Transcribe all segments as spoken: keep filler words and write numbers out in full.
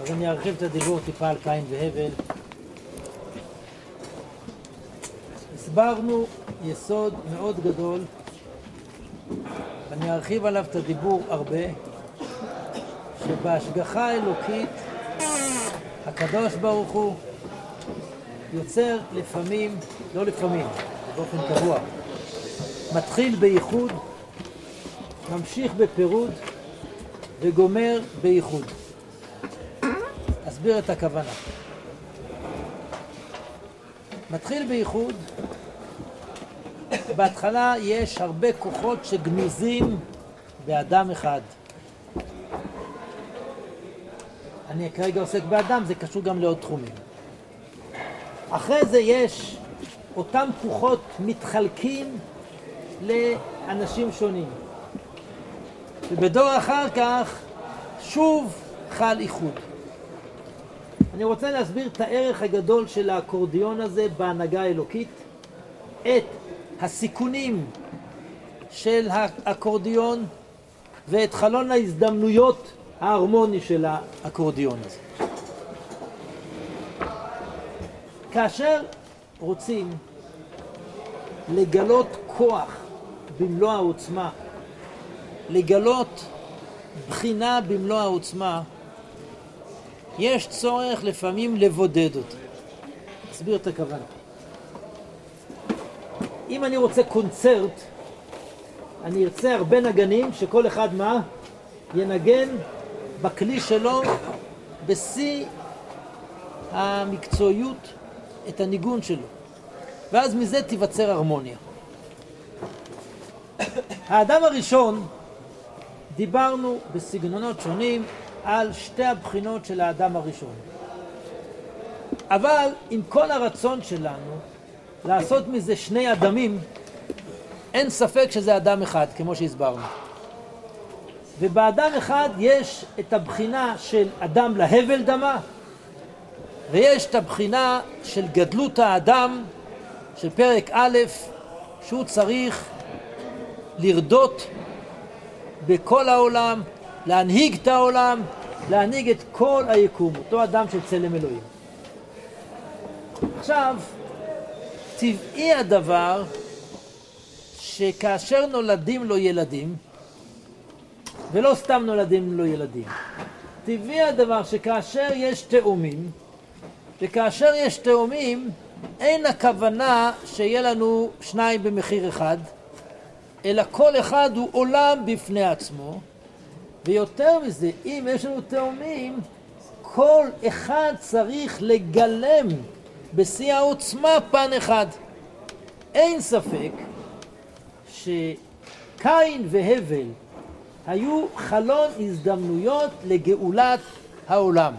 אז אני ארחיב את הדיבור טיפה על קין והבל. הסברנו יסוד מאוד גדול, ואני ארחיב עליו את הדיבור הרבה, שבהשגחה האלוקית הקדוש ברוך הוא יוצר לפעמים, לא לפעמים, באופן קבוע, מתחיל בייחוד, ממשיך בפירוד וגומר בייחוד. אסביר את הכוונה. מתחיל בייחוד, בהתחלה יש הרבה כוחות שגנוזים באדם אחד. אני כרגע עוסק באדם, זה קשור גם לעוד תחומים. אחרי זה יש אותם כוחות מתחלקים לאנשים שונים. ובדור אחר כך שוב חל איחוד. אני רוצה להסביר את הערך הגדול של האקורדיון הזה בהנהגה האלוקית, את הסיכונים של האקורדיון ואת חלון ההזדמנויות ההרמוני של האקורדיון הזה. כאשר רוצים לגלות כוח במלוא העוצמה, לגלות בחינה במלוא העוצמה, יש צורך לפעמים לבודד אותה. אסביר את הכוונה. אם אני רוצה קונצרט, אני ארצה הרבה נגנים שכל אחד מה? ינגן בכלי שלו בשיא המקצועיות את הניגון שלו. ואז מזה תיווצר הרמוניה. האדם הראשון, דיברנו בסגנונות שונים על שתי הבחינות של האדם הראשון. אבל עם כל הרצון שלנו לעשות מזה שני אדמים, אין ספק שזה אדם אחד, כמו שהסברנו. ובאדם אחד יש את הבחינה של אדם להבל דמה, ויש את הבחינה של גדלות האדם, של פרק א', שהוא צריך לרדות בכל העולם, להנהיג את העולם, להנהיג את כל היקום, אותו אדם של צלם אלוהים. עכשיו, טבעי הדבר שכאשר נולדים לו ילדים, ולא סתם נולדים לו ילדים, טבעי הדבר שכאשר יש תאומים, וכאשר יש תאומים, אין הכוונה שיהיה לנו שניים במחיר אחד, אלא כל אחד הוא עולם בפני עצמו, ויותר מזה, אם יש לנו תאומים, כל אחד צריך לגלם בשיא העוצמה פן אחד. אין ספק שקין והבל היו חלון הזדמנויות לגאולת העולם.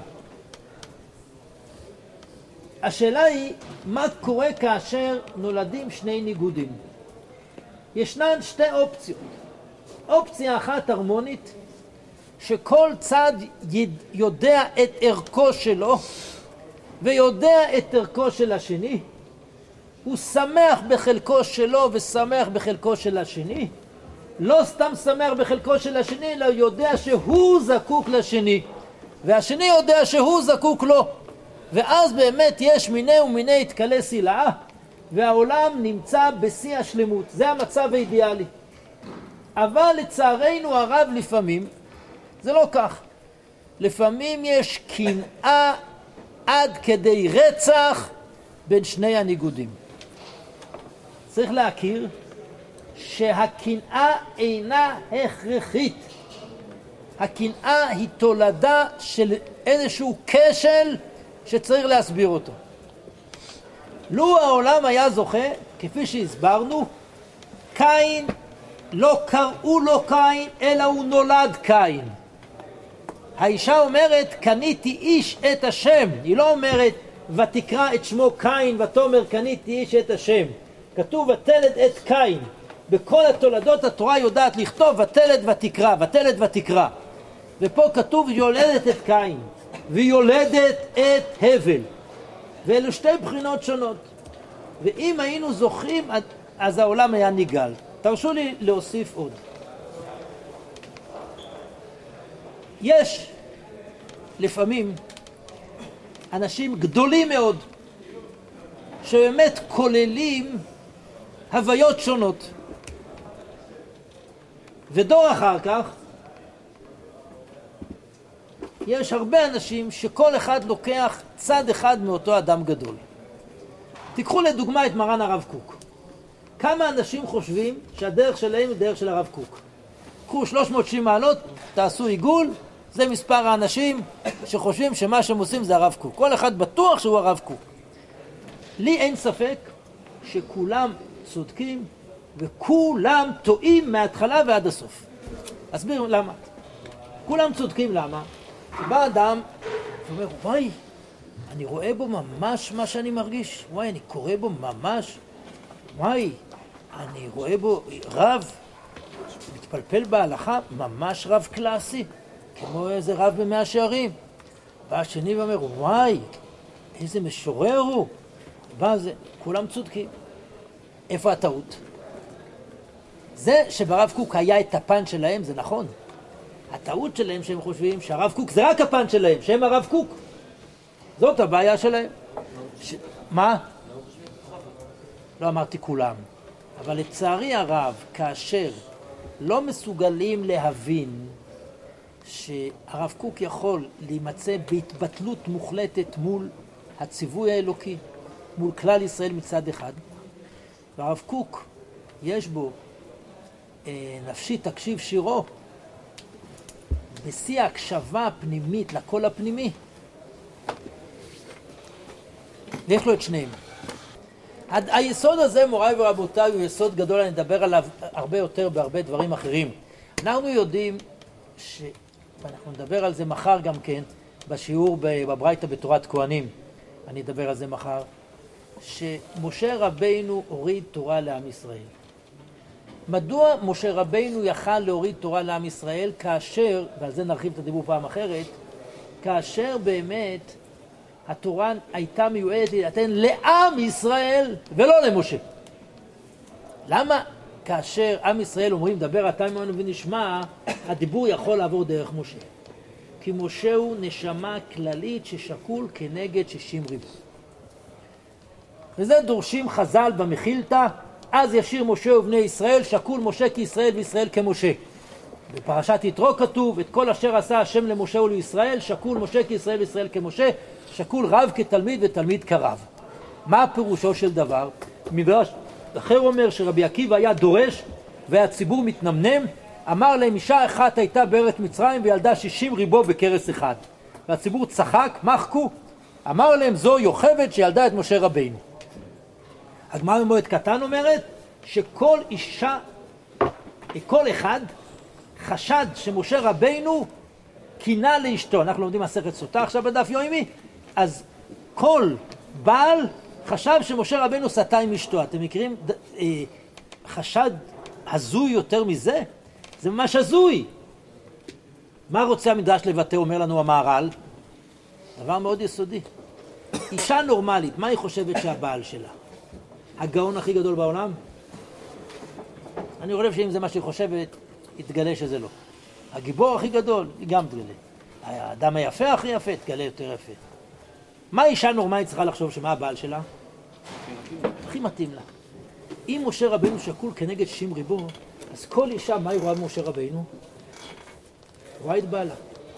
השאלה היא, מה קורה כאשר נולדים שני ניגודים? ישנן שתי אופציות. אופציה אחת הרמונית, שכל צד יודע את ערכו שלו, ויודע את ערכו של השני, הוא שמח בחלקו שלו ושמח בחלקו של השני, לא סתם שמח בחלקו של השני, אלא יודע שהוא זקוק לשני, והשני יודע שהוא זקוק לו, ואז באמת יש מיני ומיני התקלה סילאה, והעולם נמצא בשיא השלמות. זה המצב האידיאלי. אבל לצערנו הרב לפעמים זה לא כך. לפעמים יש קנאה עד כדי רצח בין שני הניגודים. צריך להכיר שהקנאה אינה הכרחית. הקנאה היא תולדה של איזשהו כשל שצריך להסביר אותו. לו העולם היה זוכה, כפי שהסברנו, קין, לא קראו לו קין, אלא הוא נולד קין. האישה אומרת, קניתי איש את השם. היא לא אומרת, ותקרא את שמו קין, ותאמר קניתי איש את השם. כתוב, ותלד את קין. בכל התולדות התורה יודעת לכתוב, ותלד ותקרא, ותלד ותקרא. ופה כתוב, יולדת את קין, ויולדת את הבל. ואלו שתי בחינות שונות. ואם היינו זוכים, אז העולם היה ניגל. תרשו לי להוסיף עוד. יש לפעמים אנשים גדולים מאוד, שבאמת כוללים הוויות שונות. ודור אחר כך, יש הרבה אנשים שכל אחד לוקח צד אחד מאותו אדם גדול. תיקחו לדוגמה את מרן הרב קוק. כמה אנשים חושבים שהדרך שלהם היא דרך של הרב קוק? קחו שלוש מאות ושישים מעלות, תעשו עיגול, זה מספר האנשים שחושבים שמה שהם עושים זה הרב קוק. כל אחד בטוח שהוא הרב קוק. לי אין ספק שכולם צודקים וכולם טועים מההתחלה ועד הסוף. אסביר למה. כולם צודקים למה. בא אדם ואומר, וואי, אני רואה בו ממש מה שאני מרגיש. וואי, אני קורא בו ממש. וואי, אני רואה בו רב, מתפלפל בהלכה, ממש רב קלאסי, כמו איזה רב במאה שערים. בא השני ואומר, וואי, איזה משורר הוא. בא זה, כולם צודקים. איפה הטעות? זה שברב קוק היה את הפן שלהם, זה נכון. הטעות שלהם שהם חושבים שהרב קוק זה רק הפן שלהם, שהם הרב קוק. זאת הבעיה שלהם. ש... מה? לא אמרתי כולם. אבל לצערי הרב, כאשר לא מסוגלים להבין שהרב קוק יכול להימצא בהתבטלות מוחלטת מול הציווי האלוקי, מול כלל ישראל מצד אחד, והרב קוק יש בו אה, נפשי תקשיב שירו, בשיא ההקשבה הפנימית לקול הפנימי, ויש לו את שניהם. היסוד הזה, מוריי ורבותיי, הוא יסוד גדול, אני אדבר עליו הרבה יותר בהרבה דברים אחרים. אנחנו יודעים, ש... ואנחנו נדבר על זה מחר גם כן, בשיעור בברייתא בתורת כהנים, אני אדבר על זה מחר, שמשה רבינו הוריד תורה לעם ישראל. מדוע משה רבינו יכל להוריד תורה לעם ישראל כאשר, ועל זה נרחיב את הדיבור פעם אחרת, כאשר באמת התורה הייתה מיועדת להינתן לעם ישראל ולא למשה. למה כאשר עם ישראל אומרים דבר אתה עמנו ונשמע, הדיבור יכול לעבור דרך משה? כי משה הוא נשמה כללית ששקול כנגד שישים ריבו. וזה דורשים חז"ל במחילתא, אז ישיר משה ובני ישראל, שקול משה כישראל וישראל כמשה. בפרשת יתרו כתוב, את כל אשר עשה השם למשה ולישראל, שקול משה כישראל וישראל כמשה, שקול רב כתלמיד ותלמיד כרב. מה פירושו של דבר? מדרש אחר אומר שרבי עקיבא היה דורש והציבור מתנמנם, אמר להם אישה אחת הייתה בארץ מצרים וילדה שישים ריבו בכרס אחד. והציבור צחק, מחקו, אמר להם זו יוכבד שילדה את משה רבינו. הגמרא במועד קטן אומרת שכל אישה, כל אחד חשד שמשה רבינו קינה לאשתו. אנחנו לומדים מסכת סוטה עכשיו בדף יומי, אז כל בעל חשב שמשה רבינו סטה עם אשתו. אתם מכירים אה, חשד הזוי יותר מזה? זה ממש הזוי. מה רוצה המדרש לבטא, אומר לנו המהר"ל? דבר מאוד יסודי. אישה נורמלית, מה היא חושבת שהבעל שלה? הגאון הכי גדול בעולם? אני חושב שאם זה מה שהיא חושבת, יתגלה שזה לא. הגיבור הכי גדול, היא גם תגלה. האדם היפה הכי יפה, תגלה יותר יפה. מה אישה נורמלית צריכה לחשוב שמה הבעל שלה? הכי מתאים לה. אם משה רבינו שקול כנגד שישים ריבו, אז כל אישה, מה היא רואה במשה רבינו? רואה את בעלה.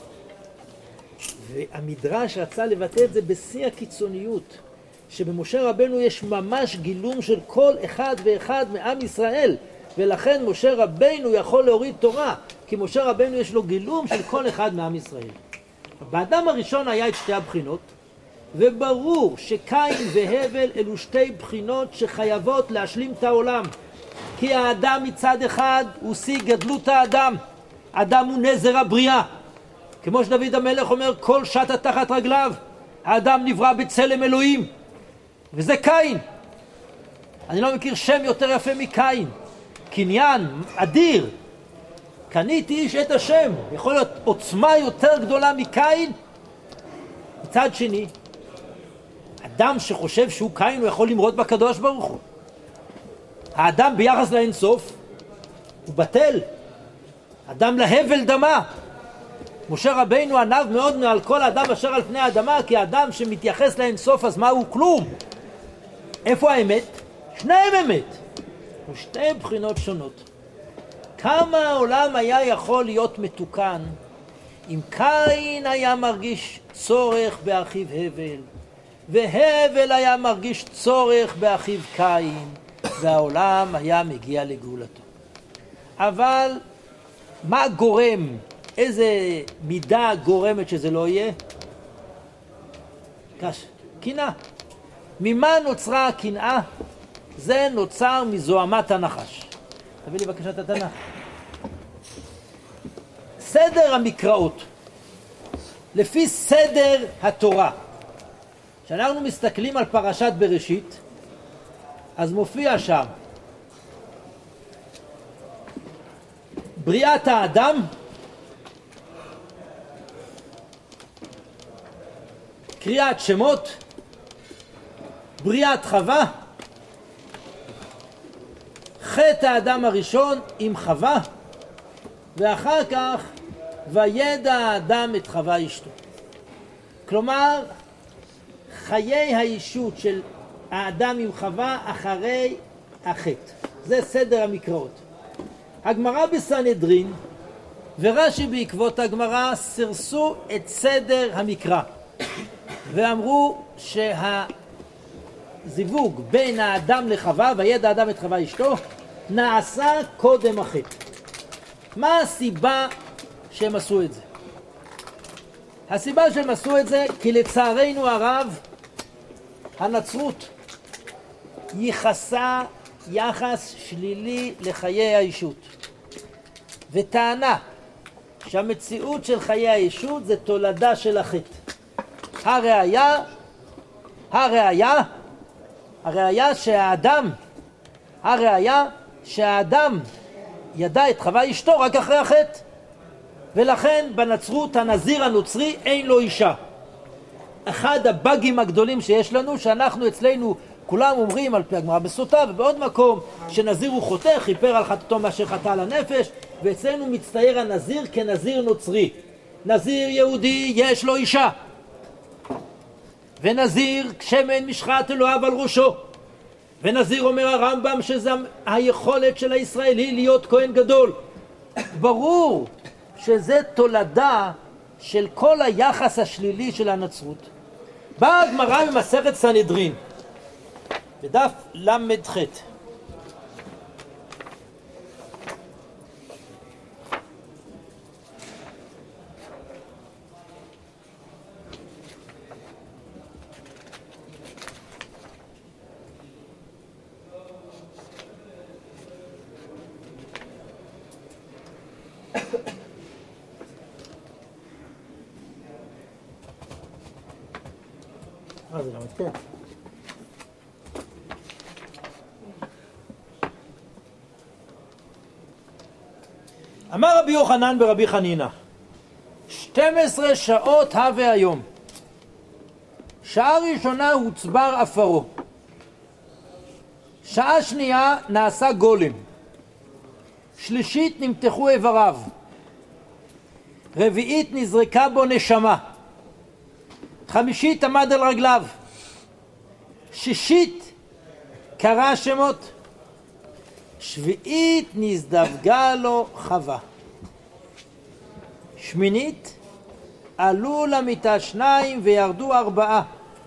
והמדרש רצה לבטא את זה בשיא הקיצוניות, שבמשה רבינו יש ממש גילום של כל אחד ואחד מעם ישראל, ולכן משה רבינו יכול להוריד תורה, כי משה רבינו יש לו גילום של כל אחד מעם ישראל. באדם הראשון היה את שתי הבחינות, וברור שקין והבל אלו שתי בחינות שחייבות להשלים את העולם. כי האדם מצד אחד הוא שיא גדלות האדם, האדם הוא נזר הבריאה. כמו שדוד המלך אומר, כל שטה תחת רגליו, האדם נברא בצלם אלוהים, וזה קין. אני לא מכיר שם יותר יפה מקין. קניין אדיר, קניתי איש את השם, יכול להיות עוצמה יותר גדולה מקין. מצד שני, אדם שחושב שהוא קין הוא יכול למרוד בקדוש ברוך הוא. האדם ביחס לאינסוף הוא בטל, אדם להבל דמה. משה רבינו ענב מאוד מעל כל אדם אשר על פני האדמה, כי האדם שמתייחס לאין סוף אז מה הוא? כלום. איפה האמת? שניהם אמת. ושתי בחינות שונות. כמה העולם היה יכול להיות מתוקן אם קין היה מרגיש צורך באחיו הבל, והבל היה מרגיש צורך באחיו קין, והעולם היה מגיע לגאולתו. אבל מה גורם, איזה מידה גורמת שזה לא יהיה? קש, קנאה. ממה נוצרה הקנאה? זה נוצר מזוהמת הנחש. תביא לי בבקשה את התנ"ך. סדר המקראות, לפי סדר התורה. כשאנחנו מסתכלים על פרשת בראשית, אז מופיע שם בריאת האדם, קריאת שמות, בריאת חווה, חטא האדם הראשון עם חווה, ואחר כך וידע האדם את חווה אשתו. כלומר, חיי האישות של האדם עם חווה אחרי החטא. זה סדר המקראות. הגמרא בסנהדרין ורש"י בעקבות הגמרא סירסו את סדר המקרא ואמרו שהזיווג בין האדם לחווה וידע האדם את חווה אשתו נעשה קודם החטא. מה הסיבה שהם עשו את זה? הסיבה שהם עשו את זה כי לצערנו הרב הנצרות ייחסה יחס שלילי לחיי האישות וטענה שהמציאות של חיי האישות זה תולדה של החטא. הראיה, הראיה, הראיה שהאדם, הראיה שהאדם ידע את חווה אשתו רק אחרי החטא, ולכן בנצרות הנזיר הנוצרי אין לו אישה. אחד הבאגים הגדולים שיש לנו, שאנחנו אצלנו כולם אומרים על פי הגמרא בסוטה ובעוד מקום שנזיר הוא חוטא, חיפר על חטאתו מאשר חטא על הנפש, ואצלנו מצטייר הנזיר כנזיר נוצרי. נזיר יהודי יש לו אישה, ונזיר שמן משחת אלוהיו על ראשו, ונזיר אומר הרמב"ם שזה היכולת של הישראלי להיות כהן גדול. ברור שזה תולדה של כל היחס השלילי של הנצרות. באה הגמרא ממסכת סנהדרין בדף למ"ח, אה, זה לא מתקן. אמר רבי יוחנן ברבי חנינא, שתים עשרה שעות הווה היום. שעה ראשונה הוצבר אפרו, שעה שנייה נעשה גולם, שלישית נמתחו איבריו, רביעית נזרקה בו נשמה, חמישית עמד על רגליו, שישית קרא שמות, שביעית נזדווגה לו חווה, שמינית עלו למיטה שניים וירדו ארבעה,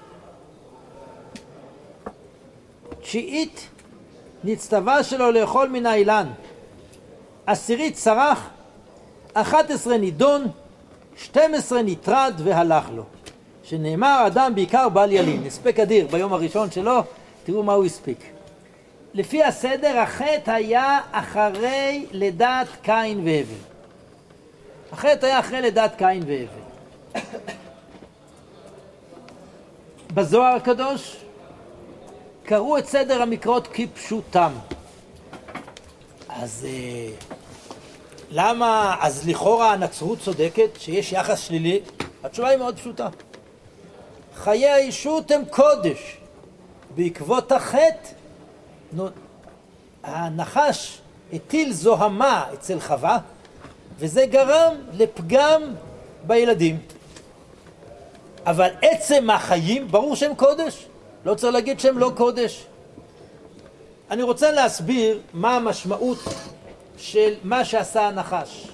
תשיעית נצטווה שלו לאכול מן האילן, עשירית צרח, אחת עשרה נידון, שתים עשרה נטרד והלך לו. שנאמר אדם בעיקר בעל ילין, הספק אדיר ביום הראשון שלו, תראו מה הוא הספיק. לפי הסדר החטא היה אחרי לידת קין והבל. החטא היה אחרי לידת קין והבל. בזוהר הקדוש קראו את סדר המקראות כפשוטם. אז למה, אז לכאורה הנצרות צודקת שיש יחס שלילי? התשובה היא מאוד פשוטה. חיי האישות הם קודש. בעקבות החטא הנחש הטיל זוהמה אצל חווה, וזה גרם לפגם בילדים. אבל עצם החיים, ברור שהם קודש. לא צריך להגיד שהם לא קודש. אני רוצה להסביר מה המשמעות של מה שעשה הנחש.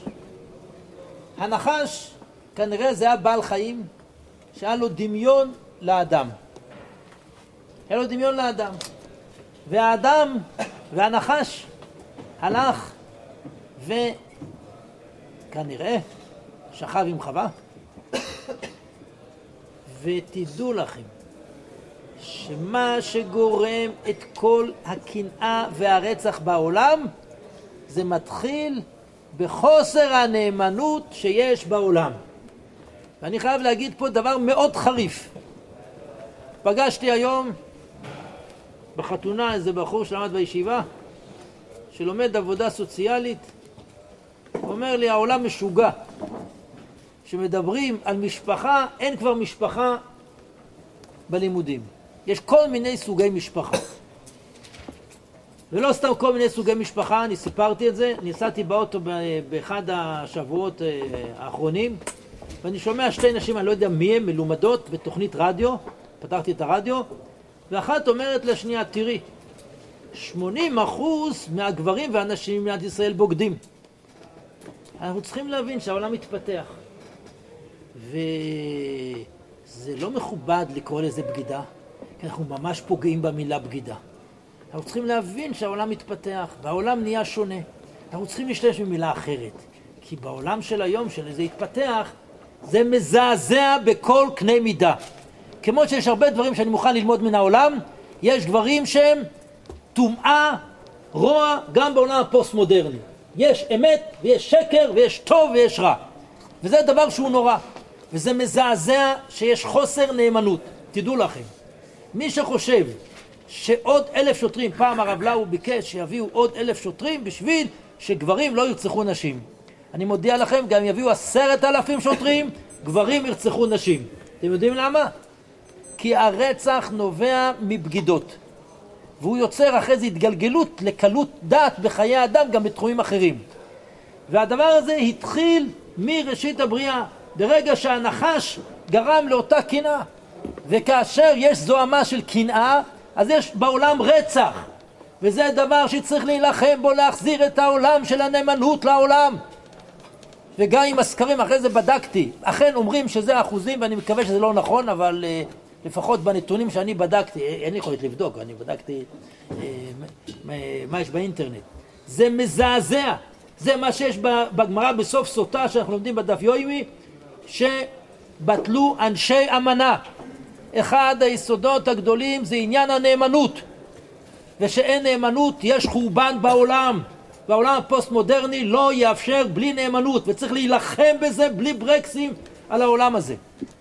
הנחש כנראה זה היה בעל חיים שהיה לו דמיון לאדם. היה לו דמיון לאדם. והאדם והנחש הלך וכנראה שכב עם חווה. ותדעו לכם שמה שגורם את כל הקנאה והרצח בעולם זה מתחיל בחוסר הנאמנות שיש בעולם. ואני חייב להגיד פה דבר מאוד חריף. פגשתי היום בחתונה איזה בחור שלמד בישיבה שלומד עבודה סוציאלית, אומר לי העולם משוגע, שמדברים על משפחה, אין כבר משפחה בלימודים, יש כל מיני סוגי משפחה, ולא סתם כל מיני סוגי משפחה. אני סיפרתי את זה, נסעתי באוטו באחד השבועות האחרונים ואני שומע שתי נשים, אני לא יודע מי הן, מלומדות בתוכנית רדיו, פתחתי את הרדיו, ואחת אומרת לשנייה, תראי, שמונים אחוז מהגברים והנשים במדינת ישראל בוגדים. אנחנו צריכים להבין שהעולם מתפתח, וזה לא מכובד לקרוא לזה בגידה, כי אנחנו ממש פוגעים במילה בגידה. אנחנו צריכים להבין שהעולם מתפתח, והעולם נהיה שונה. אנחנו צריכים להשתמש במילה אחרת, כי בעולם של היום, שזה התפתח, זה מזעזע בכל קנה מידה. כמו שיש הרבה דברים שאני מוכן ללמוד מן העולם, יש דברים שהם טומאה, רוע, גם בעולם הפוסט-מודרני. יש אמת ויש שקר ויש טוב ויש רע. וזה דבר שהוא נורא. וזה מזעזע שיש חוסר נאמנות. תדעו לכם, מי שחושב שעוד אלף שוטרים, פעם הרב לאו ביקש שיביאו עוד אלף שוטרים בשביל שגברים לא ירצחו נשים. אני מודיע לכם, גם יביאו עשרת אלפים שוטרים, גברים ירצחו נשים. אתם יודעים למה? כי הרצח נובע מבגידות. והוא יוצר אחרי זה התגלגלות לקלות דעת בחיי האדם גם בתחומים אחרים. והדבר הזה התחיל מראשית הבריאה, ברגע שהנחש גרם לאותה קנאה. וכאשר יש זוהמה של קנאה, אז יש בעולם רצח. וזה דבר שצריך להילחם בו, להחזיר את העולם של הנאמנות לעולם. וגם עם הסקרים אחרי זה בדקתי, אכן אומרים שזה אחוזים, ואני מקווה שזה לא נכון, אבל uh, לפחות בנתונים שאני בדקתי, אין לי יכולת לבדוק, אני בדקתי uh, מה יש באינטרנט. זה מזעזע. זה מה שיש בגמרא בסוף סוטה שאנחנו לומדים בדף יומי, שבטלו אנשי אמנה. אחד היסודות הגדולים זה עניין הנאמנות, ושאין נאמנות יש חורבן בעולם. והעולם הפוסט-מודרני לא יאפשר בלי נאמנות, וצריך להילחם בזה בלי ברקסים על העולם הזה.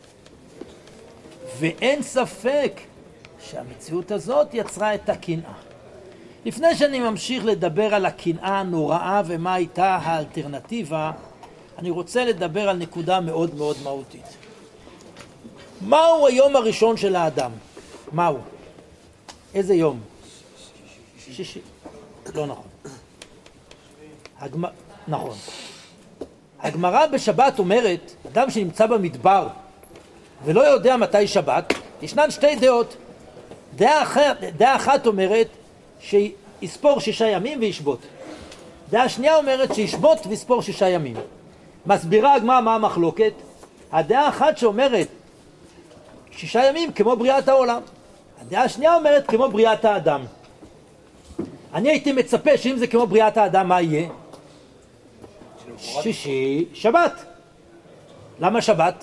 ואין ספק שהמציאות הזאת יצרה את הקנאה. לפני שאני ממשיך לדבר על הקנאה הנוראה ומה הייתה האלטרנטיבה, אני רוצה לדבר על נקודה מאוד מאוד מהותית. מהו היום הראשון של האדם? מהו? איזה יום? שישי. לא נכון. הגמ... נכון. הגמרא בשבת אומרת, אדם שנמצא במדבר ולא יודע מתי שבת, ישנן שתי דעות. דעה אחת, דעה אחת אומרת שיספור שישה ימים וישבות. דעה שנייה אומרת שישבות ויספור שישה ימים. מסבירה הגמרא מה המחלוקת. הדעה אחת שאומרת שישה ימים כמו בריאת העולם. הדעה השנייה אומרת כמו בריאת האדם. אני הייתי מצפה שאם זה כמו בריאת האדם, מה יהיה? שישי, שבת. למה שבת?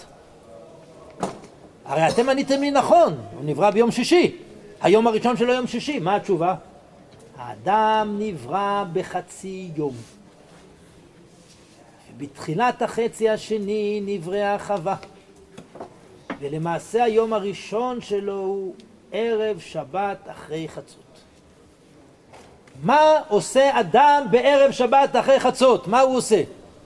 הרי אתם עניתם לי נכון, הוא נברא ביום שישי. היום הראשון שלו יום שישי. מה התשובה? האדם נברא בחצי יום. בתחילת החצי השני נבראה חווה. ולמעשה היום הראשון שלו הוא ערב שבת אחרי חצות. מה עושה אדם בערב שבת אחרי חצות? מה הוא עושה?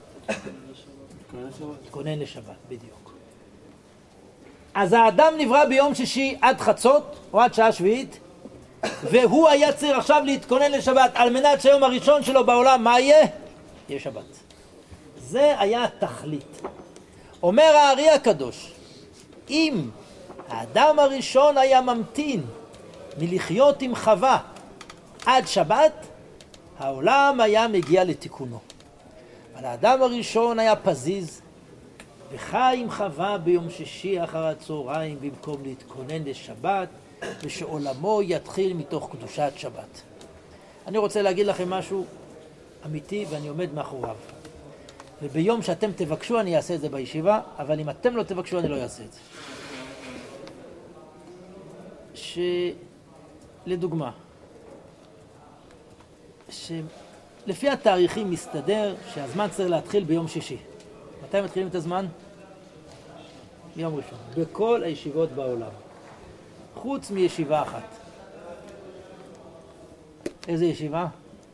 מתכונן לשבת, בדיוק. אז האדם נברא ביום שישי עד חצות, או עד שעה שביעית, והוא היה צריך עכשיו להתכונן לשבת, על מנת שהיום הראשון שלו בעולם, מה יהיה? יהיה שבת. זה היה התכלית. אומר הארי הקדוש, אם האדם הראשון היה ממתין מלחיות עם חווה עד שבת, העולם היה מגיע לתיקונו. אבל האדם הראשון היה פזיז, וחי עם חווה ביום שישי אחר הצהריים במקום להתכונן לשבת, ושעולמו יתחיל מתוך קדושת שבת. אני רוצה להגיד לכם משהו אמיתי ואני עומד מאחוריו. וביום שאתם תבקשו אני אעשה את זה בישיבה, אבל אם אתם לא תבקשו אני לא אעשה את זה. שלדוגמה, שלפי התאריכים מסתדר שהזמן צריך להתחיל ביום שישי. מתי מתחילים את הזמן? ביום ראשון. בכל הישיבות בעולם. חוץ מישיבה אחת. איזה ישיבה?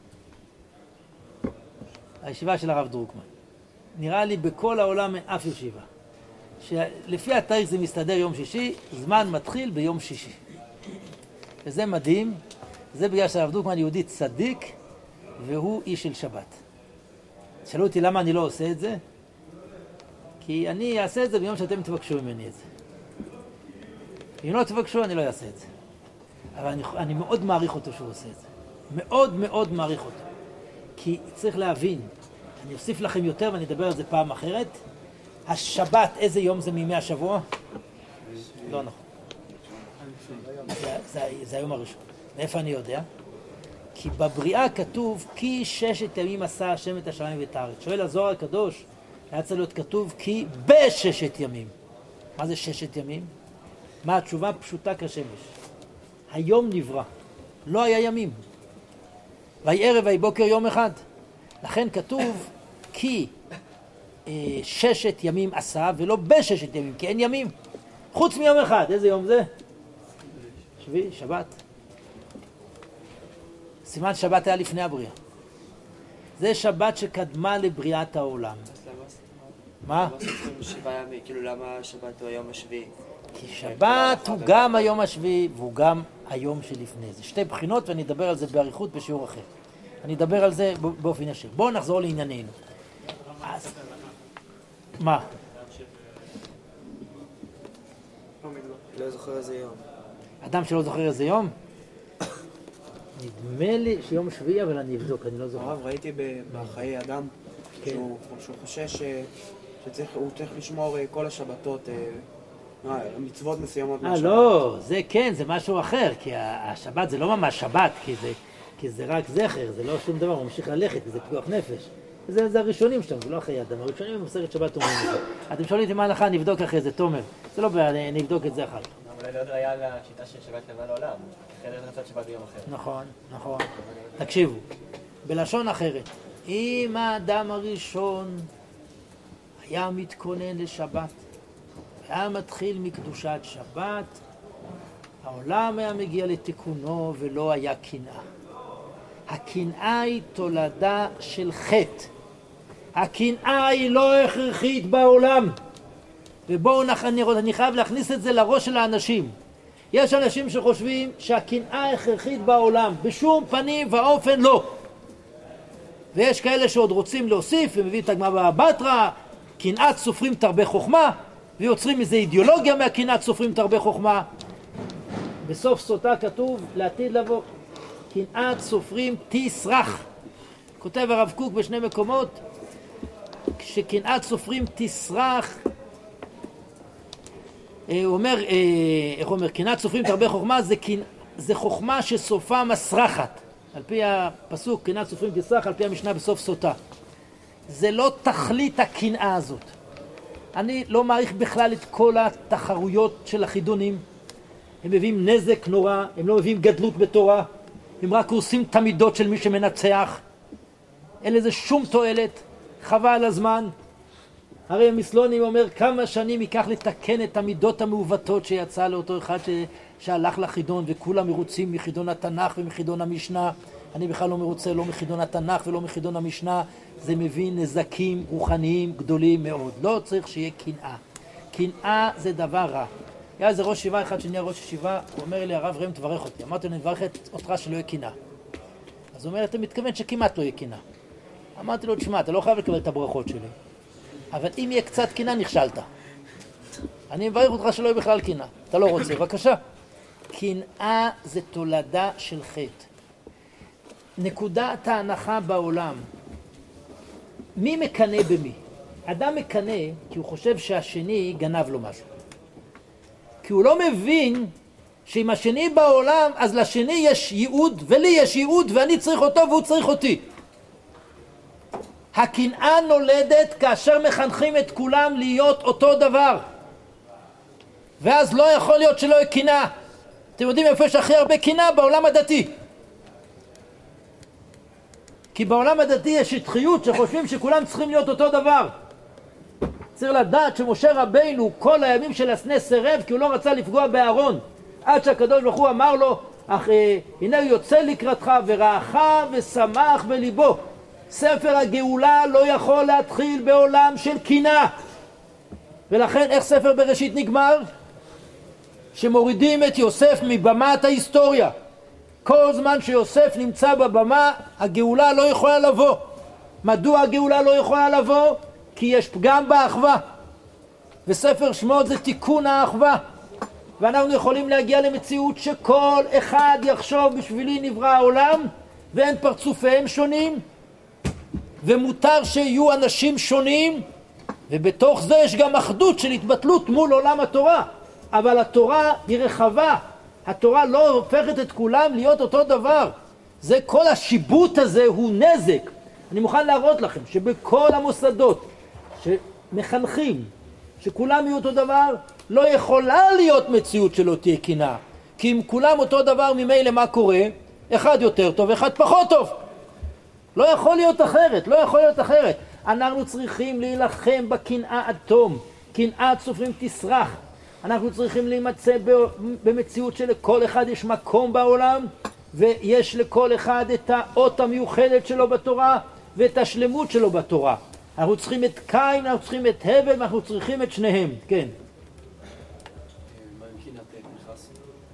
הישיבה של הרב דרוקמן. נראה לי בכל העולם אין אף ישיבה. שלפי התאריך זה מסתדר יום שישי, זמן מתחיל ביום שישי. וזה מדהים. זה בגלל שהרב דרוקמן יהודי צדיק, והוא איש של שבת. שאלו אותי למה אני לא עושה את זה? כי אני אעשה את זה ביום שאתם תבקשו ממני את זה. אם לא תבקשו, אני לא אעשה את זה. אבל אני, אני מאוד מעריך אותו שהוא עושה את זה. מאוד מאוד מעריך אותו. כי צריך להבין, אני אוסיף לכם יותר ואני אדבר על זה פעם אחרת. השבת, איזה יום זה מימי השבוע? לא נכון. זה, זה, זה היום הראשון. מאיפה אני יודע? כי בבריאה כתוב, כי ששת ימים עשה השם את השמיים ואת הארץ. שואל הזוהר הקדוש, היה צריך להיות כתוב, כי בששת ימים. מה זה ששת ימים? מה התשובה? פשוטה כשמש. היום נברא. לא היה ימים. ויהי ערב ויהי בוקר יום אחד. לכן כתוב, כי אה, ששת ימים עשה, ולא בששת ימים, כי אין ימים. חוץ מיום אחד. איזה יום זה? שביעי, שבת. סימן שבת היה לפני הבריאה. זה שבת שקדמה לבריאת העולם. מה? למה סופרים שבעה ימים? כאילו למה שבת הוא היום השביעי? כי שבת הוא גם היום השביעי והוא גם היום שלפני. זה שתי בחינות ואני אדבר על זה באריכות בשיעור אחר. אני אדבר על זה באופן ישיר. בואו נחזור לענייננו. אז... מה? לא זוכר איזה יום. אדם שלא זוכר איזה יום? נדמה לי שיום שביעי, אבל אני אבדוק, אני לא זוכר. הרב, ראיתי בחיי אדם שהוא חושש שהוא צריך לשמור כל השבתות, מצוות מסוימות. אה, לא, זה כן, זה משהו אחר, כי השבת זה לא ממש שבת, כי זה רק זכר, זה לא שום דבר, הוא ממשיך ללכת, זה פיקוח נפש. זה הראשונים שלנו, זה לא חיי אדם, הראשונים הם במסכת שבת אומרים את זה. אתם שואלים אותי מה הלכה, נבדוק אחרי זה, תומר. זה לא בעיה, נבדוק את זה אחר כך. אולי לא היה לשיטה של שבת למעלה לעולם, אחרת רצת שבת ביום אחר. נכון, נכון. תקשיבו, בלשון אחרת, אם האדם הראשון היה מתכונן לשבת, היה מתחיל מקדושת שבת, העולם היה מגיע לתיקונו ולא היה קנאה. הקנאה היא תולדה של חטא. הקנאה היא לא הכרחית בעולם. ובואו נחניר, אני חייב להכניס את זה לראש של האנשים. יש אנשים שחושבים שהקנאה הכרחית בעולם, בשום פנים ואופן לא. ויש כאלה שעוד רוצים להוסיף, ומביא את הגמרא בבא, קנאת סופרים תרבה חוכמה, ויוצרים איזו אידיאולוגיה מהקנאת סופרים תרבה חוכמה. בסוף סוטה כתוב לעתיד לבוא, קנאת סופרים תסרח. כותב הרב קוק בשני מקומות, שקנאת סופרים תסרח, הוא אומר, איך הוא אומר, קנאת סופרים תרבה חוכמה, זה, זה חוכמה שסופה מסרחת. על פי הפסוק, קנאת סופרים תסרח, על פי המשנה בסוף סוטה. זה לא תכלית הקנאה הזאת. אני לא מעריך בכלל את כל התחרויות של החידונים. הם מביאים נזק נורא, הם לא מביאים גדלות בתורה, הם רק עושים את המידות של מי שמנצח. אין לזה שום תועלת, חבל על הזמן. הרי המסלונים אומר כמה שנים ייקח לתקן את המידות המעוותות שיצא לאותו אחד ש... שהלך לחידון, וכולם מרוצים מחידון התנ"ך ומחידון המשנה. אני בכלל לא מרוצה לא מחידון התנ"ך ולא מחידון המשנה. זה מביא נזקים רוחניים גדולים מאוד. לא צריך שיהיה קנאה. קנאה זה דבר רע. היה איזה ראש ישיבה אחד שנהיה ראש ישיבה, הוא אומר לי, הרב ראם תברך אותי. אמרתי לו, אני מברך אותך שלא יהיה קנאה. אז הוא אומר, אתה מתכוון שכמעט לא יהיה קנאה. אמרתי לו, תשמע, אתה לא חייב לקבל את הברכות שלי. אבל אם יהיה קצת קינה, נכשלת. אני מברך אותך שלא יהיה בכלל קינה. אתה לא רוצה, בבקשה. קנאה זה תולדה של חטא. נקודת ההנחה בעולם. מי מקנא במי? אדם מקנא כי הוא חושב שהשני גנב לו משהו. כי הוא לא מבין שאם השני בעולם, אז לשני יש ייעוד, ולי יש ייעוד, ואני צריך אותו והוא צריך אותי. הקנאה נולדת כאשר מחנכים את כולם להיות אותו דבר. ואז לא יכול להיות שלא יהיה קנאה. אתם יודעים איפה יש הכי הרבה קנאה? בעולם הדתי. כי בעולם הדתי יש שטחיות שחושבים שכולם צריכים להיות אותו דבר. צריך לדעת שמשה רבינו כל הימים של הסנה סירב כי הוא לא רצה לפגוע באהרון. עד שהקדוש ברוך הוא אמר לו, אך אה, הנה הוא יוצא לקראתך ורעך ושמח בליבו. ספר הגאולה לא יכול להתחיל בעולם של קנאה. ולכן איך ספר בראשית נגמר? שמורידים את יוסף מבמת ההיסטוריה. כל זמן שיוסף נמצא בבמה, הגאולה לא יכולה לבוא. מדוע הגאולה לא יכולה לבוא? כי יש פגם באחווה. וספר שמות זה תיקון האחווה. ואנחנו יכולים להגיע למציאות שכל אחד יחשוב בשבילי נברא העולם, ואין פרצופיהם שונים, ומותר שיהיו אנשים שונים, ובתוך זה יש גם אחדות של התבטלות מול עולם התורה. אבל התורה היא רחבה. התורה לא הופכת את כולם להיות אותו דבר. זה כל השיבוט הזה הוא נזק. אני מוכן להראות לכם שבכל המוסדות שמחנכים שכולם יהיו אותו דבר, לא יכולה להיות מציאות שלא תהיה קנאה. כי אם כולם אותו דבר ממילא מה קורה? אחד יותר טוב, אחד פחות טוב. לא יכול להיות אחרת, לא יכול להיות אחרת. אנחנו צריכים להילחם בקנאה עד תום. קנאת סופרים תסרח. אנחנו צריכים להימצא במציאות שלכל אחד יש מקום בעולם, ויש לכל אחד את האות המיוחדת שלו בתורה, ואת השלמות שלו בתורה. אנחנו צריכים את קין, אנחנו צריכים את הבל, ואנחנו צריכים את שניהם. כן. מה עם קנאת פנחס?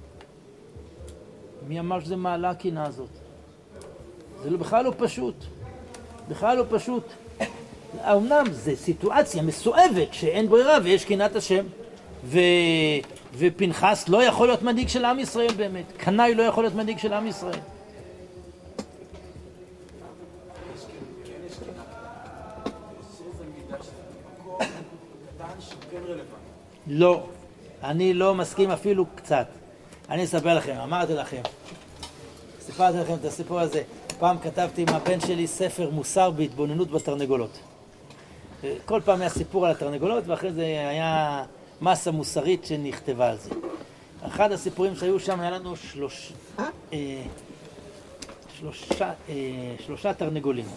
מי אמר שזה מעלה הקנאה הזאת? זה בכלל לא פשוט. בכלל לא פשוט. אמנם זו סיטואציה מסואבת שאין ברירה ויש קנאת השם. ו... ופנחס לא יכול להיות מנהיג של עם ישראל באמת. קנאי לא יכול להיות מנהיג של עם ישראל. לא, אני לא מסכים אפילו קצת. אני אספר לכם, אמרתי לכם, סיפרתי לכם את הסיפור הזה. פעם כתבתי עם הבן שלי ספר מוסר בהתבוננות בתרנגולות. כל פעם היה סיפור על התרנגולות, ואחרי זה היה מסה מוסרית שנכתבה על זה. אחד הסיפורים שהיו שם היה לנו שלוש, אה, שלושה, אה, שלושה תרנגולים.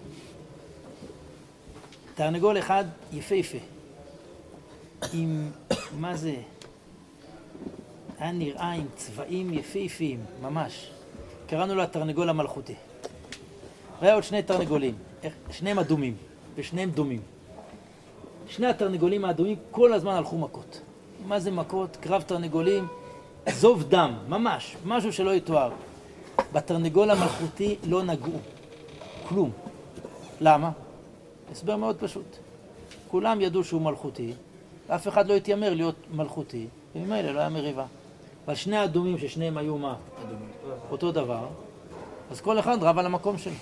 תרנגול אחד יפהפה. עם, מה זה? היה נראה עם צבעים יפהפיים, ממש. קראנו לו התרנגול המלכותי. והיה עוד שני תרנגולים, שניהם אדומים, ושניהם דומים. שני התרנגולים האדומים כל הזמן הלכו מכות. מה זה מכות? קרב תרנגולים, זוב דם, ממש, משהו שלא יתואר. בתרנגול המלכותי לא נגעו, כלום. למה? הסבר מאוד פשוט. כולם ידעו שהוא מלכותי, אף אחד לא התיימר להיות מלכותי, וממילא לא היה מריבה. אבל שני האדומים ששניהם היו מה? אדומים. אותו דבר, אז כל אחד רב על המקום שלו.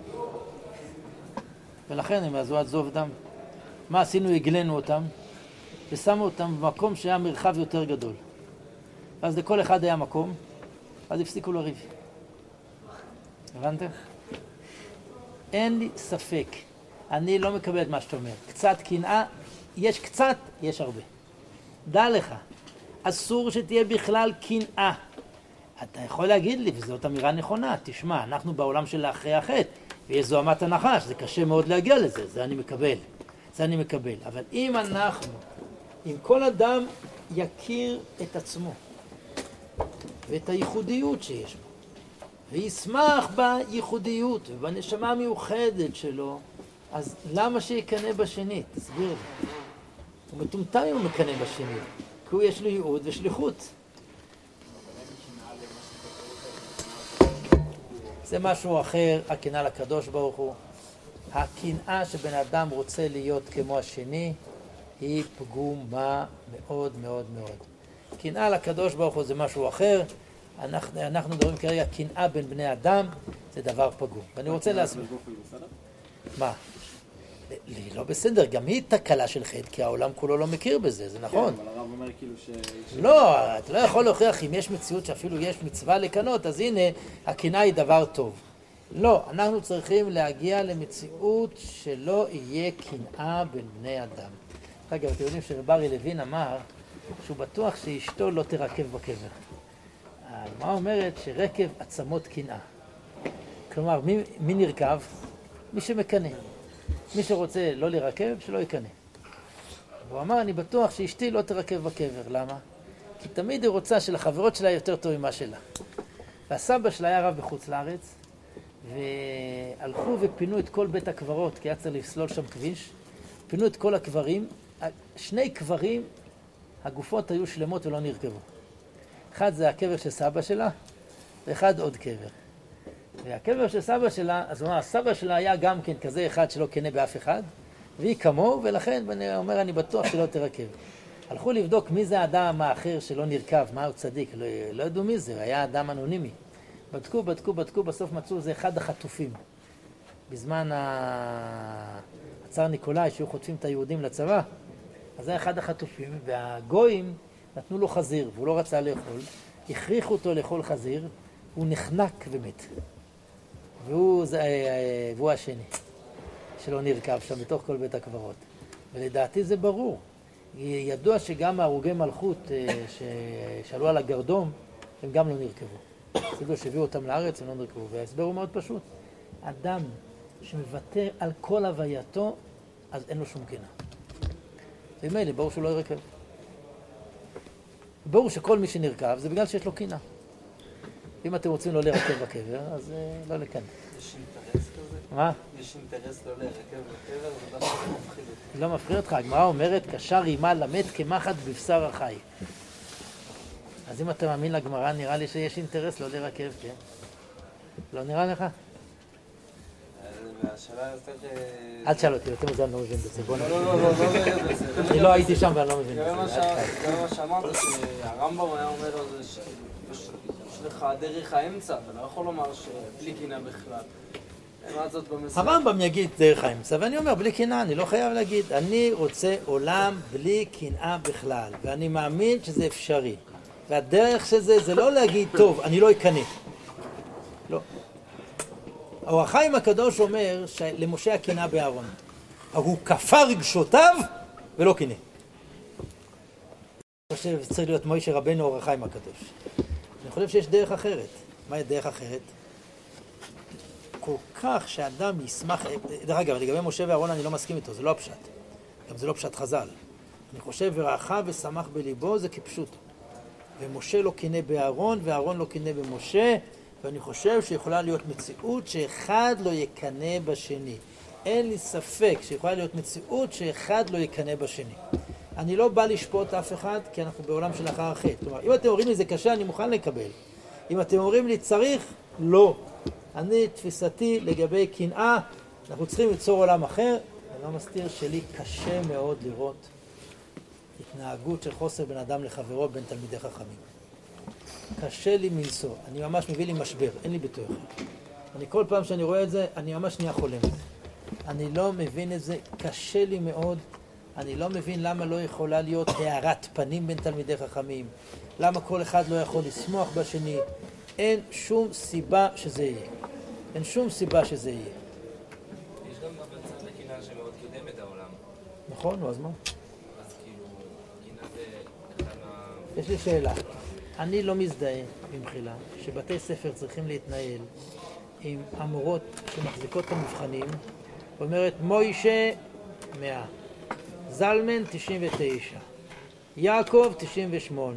ולכן הם עזו עד זוב דם. מה עשינו? הגלנו אותם, ושמו אותם במקום שהיה מרחב יותר גדול. ואז לכל אחד היה מקום, אז הפסיקו לריב. הבנתם? אין לי ספק. אני לא מקבל את מה שאתה אומר. קצת קנאה, יש קצת, יש הרבה. דע לך, אסור שתהיה בכלל קנאה. אתה יכול להגיד לי, וזאת אמירה נכונה, תשמע, אנחנו בעולם של אחרי החטא, ויש זוהמת הנחש, זה קשה מאוד להגיע לזה, זה אני מקבל. זה אני מקבל. אבל אם אנחנו, אם כל אדם יכיר את עצמו, ואת הייחודיות שיש בו, וישמח בייחודיות ובנשמה המיוחדת שלו, אז למה שיקנה בשני? תסביר לי. הוא מטומטם אם הוא מקנה בשני, כי הוא יש לו ייעוד ושליחות. זה משהו אחר, הקנאה לקדוש ברוך הוא. הקנאה שבן אדם רוצה להיות כמו השני היא פגומה מאוד מאוד מאוד. קנאה לקדוש ברוך הוא זה משהו אחר, אנחנו, אנחנו מדברים כרגע קנאה בין בני אדם, זה דבר פגום. ואני רוצה להסביר. מה? היא לא בסדר, גם היא תקלה של חטא, כי העולם כולו לא מכיר בזה, זה נכון. אבל הרב אומר כאילו ש... לא, אתה לא יכול להוכיח אם יש מציאות שאפילו יש מצווה לקנות, אז הנה, הקנאה היא דבר טוב. לא, אנחנו צריכים להגיע למציאות שלא יהיה קנאה בין בני אדם. אגב, אתם יודעים שרברי לוין אמר שהוא בטוח שאשתו לא תרכב בקבר. מה אומרת? שרקב עצמות קנאה. כלומר, מי, מי נרכב? מי שמקנה. מי שרוצה לא לרכב, שלא יקנה. והוא אמר, אני בטוח שאשתי לא תרכב בקבר. למה? כי תמיד היא רוצה שלחברות שלה יותר טוב ממה שלה. והסבא שלה היה רב בחוץ לארץ, והלכו ופינו את כל בית הקברות, כי היה צריך לסלול שם כביש. פינו את כל הקברים. שני קברים, הגופות היו שלמות ולא נרכבו. אחד זה הקבר של סבא שלה, ואחד עוד קבר. והקבר של סבא שלה, אז הוא אומר, הסבא שלה היה גם כן כזה אחד שלא קנה באף אחד, והיא כמוהו, ולכן אני אומר, אני בטוח שלא תרכב. הלכו לבדוק מי זה האדם האחר שלא נרכב, מה הוא צדיק, לא, לא ידעו מי זה, היה אדם אנונימי. בדקו, בדקו, בדקו, בסוף מצאו, זה אחד החטופים. בזמן הצאר ניקולאי, שהיו חוטפים את היהודים לצבא, אז זה אחד החטופים, והגויים נתנו לו חזיר, והוא לא רצה לאכול, הכריחו אותו לאכול חזיר, הוא נחנק ומת. והוא, זה, והוא השני, שלא נרכב שם בתוך כל בית הקברות. ולדעתי זה ברור. ידוע שגם ההרוגי מלכות ששאלו על הגרדום, הם גם לא נרכבו. סידו שהביאו אותם לארץ, הם לא נרכבו. וההסבר הוא מאוד פשוט. אדם שמוותר על כל הווייתו, אז אין לו שום קנאה. ומילא, ברור שהוא לא ירכב. ברור שכל מי שנרכב זה בגלל שיש לו קנאה. אם אתם רוצים לא לרכב בקבר, אז לא לקנא. יש אינטרס כזה? מה? יש אינטרס לא לרכב בקבר, זה דווקא לא מפחיד אותי. לא מפחיד אותך, הגמרא אומרת, קשר רימה למת כמחט בבשר החי. אז אם אתה מאמין לגמרא, נראה לי שיש אינטרס לא לרכב, כן? לא נראה לך? והשאלה יותר... אל תשאל אותי, יותר מזה אני לא מבין בזה. לא, לא, לא, לא, לא נגד בזה. אני לא הייתי שם ואני לא מבין בזה. גם מה שאמרת, שהרמב"ם היה אומר על זה שיש לך דרך האמצע, אתה לא יכול לומר שבלי קנאה בכלל. מה זאת במסורת? הרמב"ם יגיד דרך האמצע, ואני אומר, בלי קנאה, אני לא חייב להגיד. אני רוצה עולם בלי קנאה בכלל, ואני מאמין שזה אפשרי. והדרך של זה, זה לא להגיד, טוב, אני לא אקנא. לא. האור החיים הקדוש אומר למשה הקנאה באהרון. הוא כפה רגשותיו ולא קנא. אני חושב שצריך להיות מוישה רבנו האור החיים הקדוש. אני חושב שיש דרך אחרת. מהי דרך אחרת? כל כך שאדם ישמח... דרך אגב, לגבי משה ואהרון אני לא מסכים איתו, זה לא הפשט. גם זה לא פשט חז"ל. אני חושב ורעך ושמח בליבו זה כפשוט. ומשה לא קנא באהרון ואהרון לא קנא במשה, ואני חושב שיכולה להיות מציאות שאחד לא יקנא בשני. אין לי ספק שיכולה להיות מציאות שאחד לא יקנא בשני. אני לא בא לשפוט אף אחד, כי אנחנו בעולם של אחר החטא. כלומר, אם אתם אומרים לי זה קשה, אני מוכן לקבל. אם אתם אומרים לי צריך, לא. אני, תפיסתי לגבי קנאה, אנחנו צריכים ליצור עולם אחר. אני לא מסתיר שלי קשה מאוד לראות התנהגות של חוסר בין אדם לחברו בין תלמידי חכמים. קשה לי מנסוע, אני ממש מביא לי משבר, אין לי ביטוי אחר. אני כל פעם שאני רואה את זה, אני ממש נהיה חולם. אני לא מבין את זה, קשה לי מאוד. אני לא מבין למה לא יכולה להיות הערת פנים בין תלמידי חכמים. למה כל אחד לא יכול לשמוח בשני. אין שום סיבה שזה יהיה. אין שום סיבה שזה יהיה. יש גם בצד לקנאה שמאוד קידם את העולם. נכון, נו, אז מה? אז כאילו, קנאה זה אחד מה... יש לי שאלה. אני לא מזדהה במחילה שבתי ספר צריכים להתנהל עם המורות שמחזיקות את המבחנים ואומרת מוישה מאה, זלמן תשעים ותשע, יעקב תשעים ושמונה.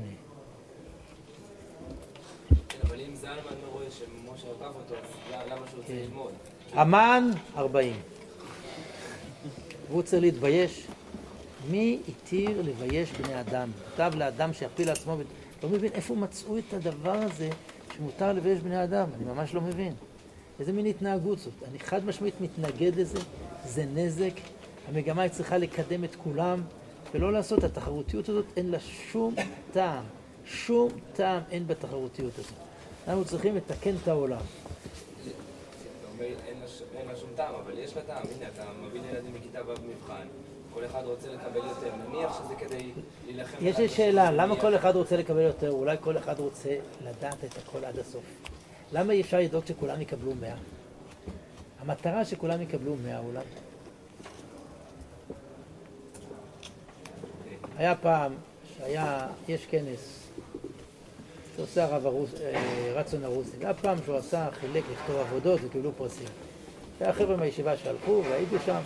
אבל אם זלמן לא רואה שמשה עקף אותו, אז למה שהוא רוצה ללמוד? המן ארבעים. והוא צריך להתבייש. מי התיר לבייש בני אדם? כתב לאדם שיפיל לעצמו, לא מבין איפה מצאו את הדבר הזה שמותר לבייש בני אדם. אני ממש לא מבין. איזה מין התנהגות זאת? אני חד משמעית מתנגד לזה. זה נזק. המגמה היא צריכה לקדם את כולם, ולא לעשות את התחרותיות הזאת, אין לה שום טעם. שום טעם אין בתחרותיות הזאת. אנחנו צריכים לתקן את העולם. אתה אומר, אין לה שום טעם, אבל יש לה טעם. הנה, אתה מביא ילדים מכיתה ו' במבחן, כל אחד רוצה לקבל יותר. נניח שזה כדי להילחם... יש לי שאלה, למה כל אחד רוצה לקבל יותר? אולי כל אחד רוצה לדעת את הכל עד הסוף. למה אי אפשר לדאוג שכולם יקבלו מאה? המטרה שכולם יקבלו מאה אולי. היה פעם, שהיה, יש כנס, שעושה הרב הרוס, רצון הרוסי. היה פעם שהוא עשה, חילק לכתוב עבודות וקיבלו פרסים. היה חבר'ה מהישיבה שהלכו והייתי שם,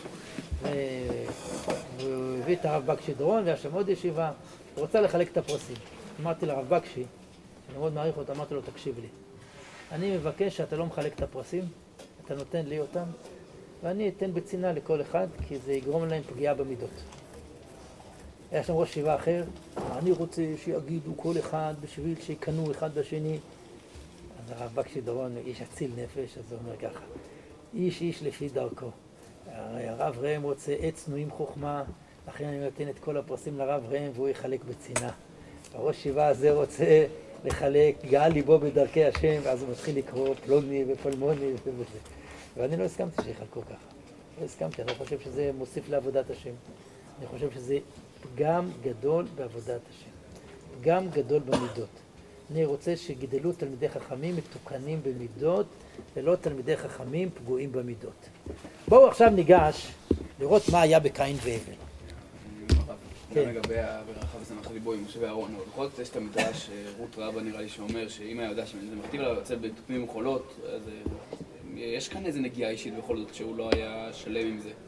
והוא הביא את הרב בקשי דורון, והיה שם עוד ישיבה, הוא רוצה לחלק את הפרסים. אמרתי לרב בקשי, שאני מאוד מעריך אותו, אמרתי לו, תקשיב לי. אני מבקש שאתה לא מחלק את הפרסים, אתה נותן לי אותם, ואני אתן בצינה לכל אחד, כי זה יגרום להם פגיעה במידות. היה שם ראש ישיבה אחר, אני רוצה שיגידו כל אחד בשביל שיקנו אחד בשני. אז הרב בקשי דורון, איש אציל נפש, אז הוא אומר ככה, איש איש לפי דרכו. הרב ראם רוצה עץ צנועים חוכמה, לכן אני נותן את כל הפרסים לרב ראם והוא יחלק בצינה. הראש ישיבה הזה רוצה לחלק גאל ליבו בדרכי השם, ואז הוא מתחיל לקרוא פלוני ופלמוני וזה. ואני לא הסכמתי שיחלקו ככה. לא הסכמתי, אני לא חושב שזה מוסיף לעבודת השם. אני חושב שזה פגם גדול בעבודת השם. פגם גדול במידות. אני רוצה שגידלו תלמידי חכמים מתוקנים במידות, ולא תלמידי חכמים פגועים במידות. בואו עכשיו ניגש לראות מה היה בקין והבל. גם לגבי הברכה ושמח ליבו עם משה ואהרון, אבל בכל זאת יש את המדרש, רות רבה נראה לי שאומר שאם היה יודע שזה מכתיב לה לצאת בתופים ומחולות, אז יש כאן איזה נגיעה אישית בכל זאת שהוא לא היה שלם עם זה.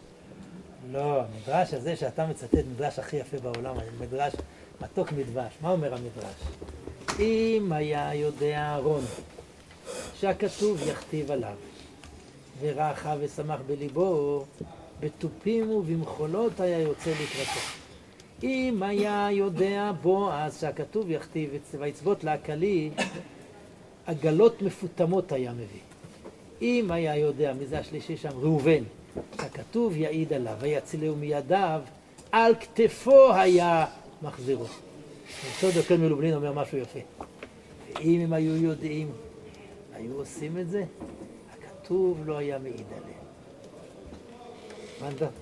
לא, המדרש הזה שאתה מצטט, מדרש הכי יפה בעולם, מדרש מתוק מדבש. מה אומר המדרש? אם היה יודע אהרון שהכתוב יכתיב עליו ורחה ושמח בליבו, בתופים ובמחולות היה יוצא לקראתו. אם היה יודע בועז שהכתוב יכתיב ויצוות להקלי, עגלות מפותמות היה מביא. אם היה יודע, מי זה השלישי שם? ראובן, שהכתוב יעיד עליו ויצילהו מידיו, על כתפו היה מחזירו. סוד דוקן מלובלין אומר משהו יפה. ואם הם היו יודעים, היו עושים את זה, הכתוב לא היה מעיד עליהם. הבנת?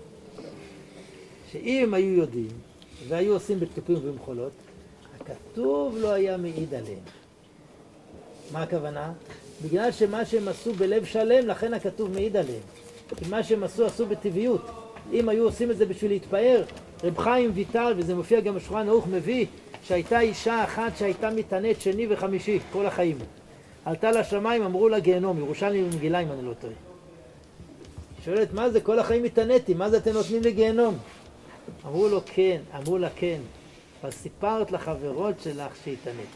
שאם הם היו יודעים והיו עושים בתופים ובמחולות, הכתוב לא היה מעיד עליהם. מה הכוונה? בגלל שמה שהם עשו בלב שלם, לכן הכתוב מעיד עליהם. כי מה שהם עשו, עשו בטבעיות. אם היו עושים את זה בשביל להתפאר, רב חיים ויטל, וזה מופיע גם בשולחן ערוך, מביא שהייתה אישה אחת שהייתה מתענית שני וחמישי כל החיים. עלתה לשמיים, אמרו לה גיהנום, ירושלים ומגילה אם אני לא טועה. שואלת, מה זה? כל החיים מתעניתי, מה זה אתם נותנים לגיהנום? אמרו לו כן, אמרו לה כן, אבל סיפרת לחברות שלך שהתענית.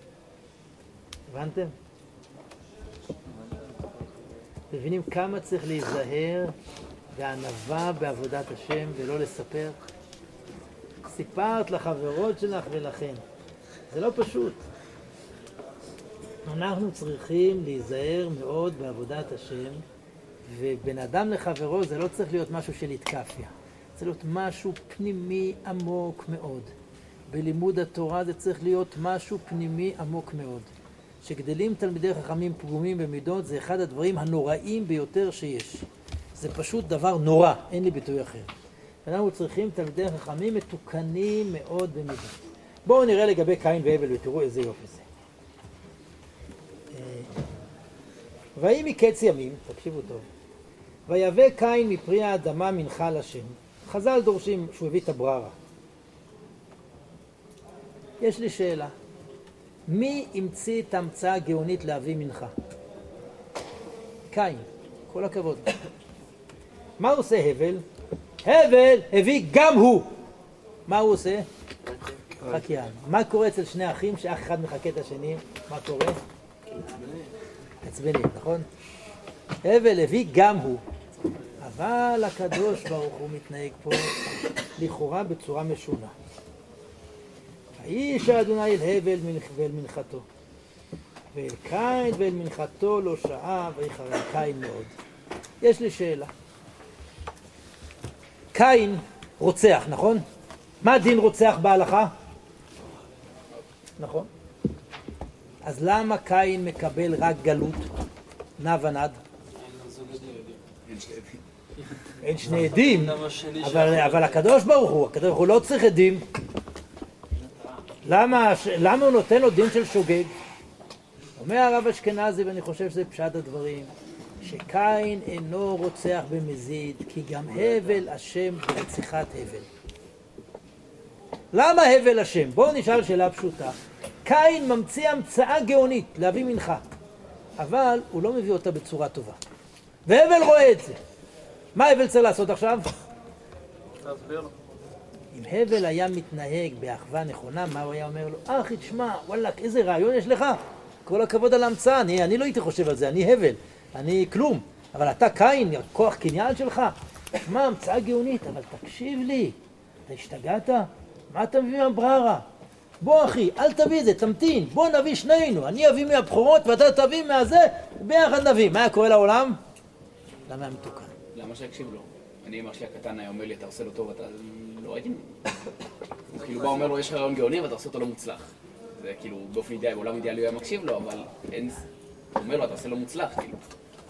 הבנתם? מבינים כמה צריך להיזהר בענווה בעבודת השם ולא לספר? סיפרת לחברות שלך ולכן. זה לא פשוט. אנחנו צריכים להיזהר מאוד בעבודת השם, ובן אדם לחברו זה לא צריך להיות משהו של התקפיה. זה להיות משהו פנימי עמוק מאוד. בלימוד התורה זה צריך להיות משהו פנימי עמוק מאוד. שגדלים תלמידי חכמים פגומים במידות זה אחד הדברים הנוראים ביותר שיש. זה פשוט דבר נורא, אין לי ביטוי אחר. אנחנו צריכים תלמידי חכמים מתוקנים מאוד במידות. בואו נראה לגבי קין והבל ותראו איזה יופי זה. ויהי מקץ ימים, תקשיבו טוב, ויבא קין מפרי האדמה מנחה לשם. חז"ל דורשים שהוא הביא את הבררה. יש לי שאלה. מי המציא את ההמצאה הגאונית להביא מנחה? קין, כל הכבוד. מה הוא עושה הבל? הבל הביא גם הוא. מה הוא עושה? חקיין. מה קורה אצל שני אחים שאח אחד מחכה את השני? מה קורה? עצבנים, נכון? הבל הביא גם הוא. אבל הקדוש ברוך הוא מתנהג פה לכאורה בצורה משונה. האיש האדוני אל הבל ואל מנחתו, ואל קין ואל מנחתו לא שעה, ויחרה קין מאוד. יש לי שאלה. קין רוצח, נכון? מה דין רוצח בהלכה? נכון. אז למה קין מקבל רק גלות? נע ונד? אין שני עדים, אבל, אבל הקדוש ברוך הוא, הקדוש ברוך הוא לא צריך עדים. למה, למה הוא נותן לו דין של שוגג? אומר הרב אשכנזי, ואני חושב שזה פשט הדברים, שקין אינו רוצח במזיד, כי גם הבל השם ברציחת הבל. למה הבל השם? בואו נשאל שאלה פשוטה. קין ממציא המצאה גאונית להביא מנחה, אבל הוא לא מביא אותה בצורה טובה. והבל רואה את זה. מה הבל צריך לעשות עכשיו? תסביר לו. אם הבל היה מתנהג באחווה נכונה, מה הוא היה אומר לו? אחי, תשמע, וואלק, איזה רעיון יש לך? כל הכבוד על ההמצאה, אני, אני לא הייתי חושב על זה, אני הבל, אני כלום. אבל אתה קין, כוח קניין שלך, תשמע, המצאה גאונית, אבל תקשיב לי, אתה השתגעת? מה אתה מביא מהבררה? בוא אחי, אל תביא את זה, תמתין, בוא נביא שנינו, אני אביא מהבחורות ואתה תביא מהזה, ביחד נביא. מה היה קורה לעולם? למה היה מתוקן? למה שיקשיב לו? אני, אמא שלי הקטן היה אומר לי, אתה עושה לו טוב, אתה לא הייתי... הוא כאילו בא אומר לו, יש רעיון גאוני ואתה עושה אותו לא מוצלח. זה כאילו, באופן אידיאלי, בעולם אידיאלי הוא היה מקשיב לו, אבל אין... הוא אומר לו, אתה עושה לו מוצלח, כאילו.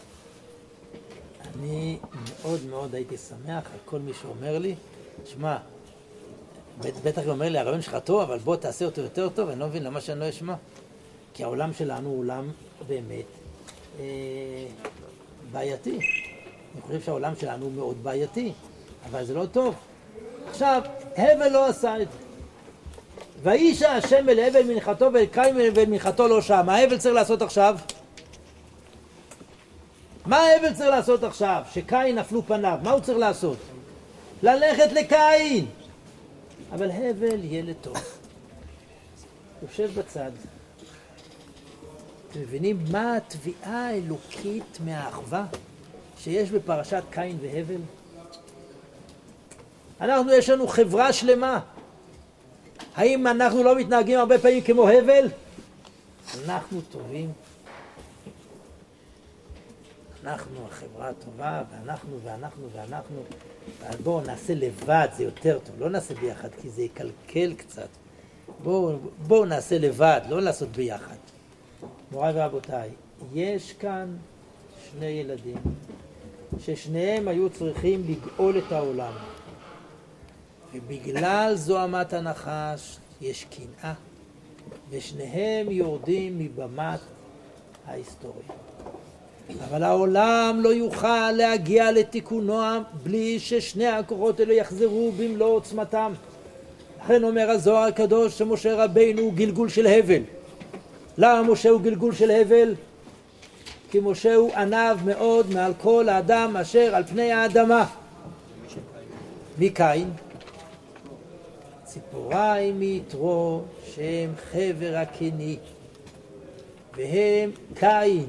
אני מאוד מאוד הייתי שמח על כל מי שאומר לי, שמע, בטח הוא אומר לי, הרעיון שלך טוב, אבל בוא תעשה אותו יותר טוב, אני לא מבין למה שאני לא אשמע. כי העולם שלנו הוא עולם באמת אה, בעייתי. אני חושב שהעולם שלנו הוא מאוד בעייתי, אבל זה לא טוב. עכשיו, הבל לא עשה את זה. ואישה השם אל הבל מנחתו ואל קין ואל מנחתו לא שם. מה הבל צריך לעשות עכשיו? מה הבל צריך לעשות עכשיו? שקין נפלו פניו, מה הוא צריך לעשות? ללכת לקין. אבל הבל ילד טוב. יושב בצד. אתם מבינים מה התביעה האלוקית מהאחווה שיש בפרשת קין והבל? אנחנו, יש לנו חברה שלמה. האם אנחנו לא מתנהגים הרבה פעמים כמו הבל? אנחנו טובים. אנחנו החברה הטובה, ואנחנו ואנחנו ואנחנו. אז בואו נעשה לבד, זה יותר טוב. לא נעשה ביחד, כי זה יקלקל קצת. בואו בוא נעשה לבד, לא לעשות ביחד. מוריי ורבותיי, יש כאן שני ילדים, ששניהם היו צריכים לגאול את העולם. ובגלל זוהמת הנחש יש קנאה, ושניהם יורדים מבמת ההיסטוריה. אבל העולם לא יוכל להגיע לתיקונו בלי ששני הכוחות האלה יחזרו במלוא עוצמתם. לכן אומר הזוהר הקדוש שמשה רבינו הוא גלגול של הבל. למה משה הוא גלגול של הבל? כי משה הוא ענב מאוד מעל כל האדם אשר על פני האדמה. מי קין? ציפוריים מיתרו שהם חבר הקני, והם קין.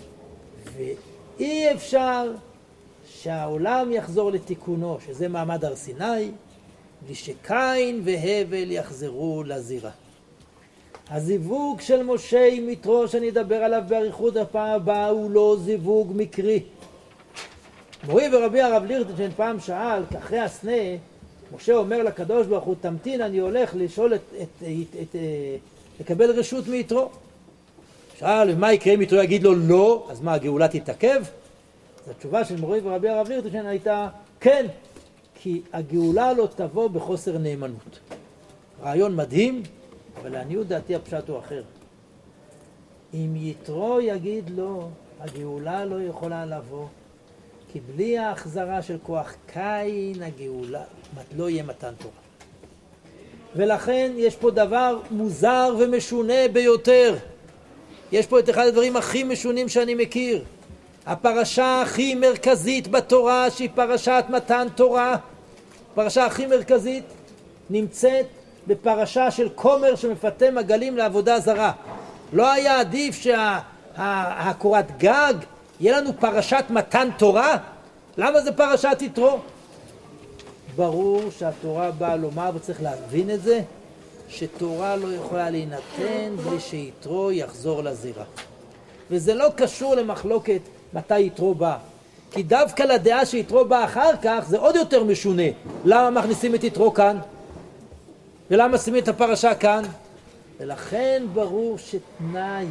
ואי אפשר שהעולם יחזור לתיקונו, שזה מעמד הר סיני, בלי שקין והבל יחזרו לזירה. הזיווג של משה עם יתרו שאני אדבר עליו באריכות הפעם הבאה הוא לא זיווג מקרי. מורי ורבי הרב ליכטנשטיין פעם שאל, אחרי הסנה, משה אומר לקדוש ברוך הוא, תמתין, אני הולך לשאול את, את, את, את, את, לקבל רשות מיתרו. שאל, מה יקרה אם יתרו יגיד לו לא, אז מה, הגאולה תתעכב? אז התשובה של מורי ורבי הרב ליכטנשטיין הייתה, כן, כי הגאולה לא תבוא בחוסר נאמנות. רעיון מדהים, אבל לעניות דעתי הפשט הוא אחר. אם יתרו יגיד לא, הגאולה לא יכולה לבוא, כי בלי ההחזרה של כוח קין הגאולה לא יהיה מתן תורה. ולכן יש פה דבר מוזר ומשונה ביותר. יש פה את אחד הדברים הכי משונים שאני מכיר. הפרשה הכי מרכזית בתורה שהיא פרשת מתן תורה, הפרשה הכי מרכזית נמצאת בפרשה של כומר שמפתה מגלים לעבודה זרה. לא היה עדיף שהקורת גג יהיה לנו פרשת מתן תורה? למה זה פרשת יתרו? ברור שהתורה באה לומר, וצריך להבין את זה, שתורה לא יכולה להינתן בלי שיתרו יחזור לזירה. וזה לא קשור למחלוקת מתי יתרו בא. כי דווקא לדעה שיתרו בא אחר כך זה עוד יותר משונה. למה מכניסים את יתרו כאן? ולמה שמים את הפרשה כאן? ולכן ברור שתנאי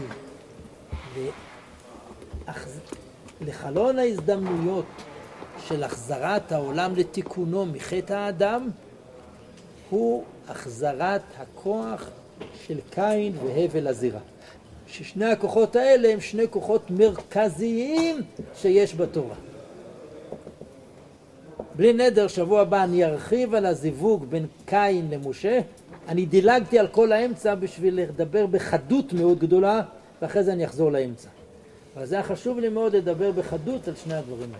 לחלון ההזדמנויות של החזרת העולם לתיקונו מחטא האדם הוא החזרת הכוח של קין והבל הזירה. ששני הכוחות האלה הם שני כוחות מרכזיים שיש בתורה. בלי נדר, שבוע הבא אני ארחיב על הזיווג בין קין למשה. אני דילגתי על כל האמצע בשביל לדבר בחדות מאוד גדולה, ואחרי זה אני אחזור לאמצע. אבל זה היה חשוב לי מאוד לדבר בחדות על שני הדברים האלה.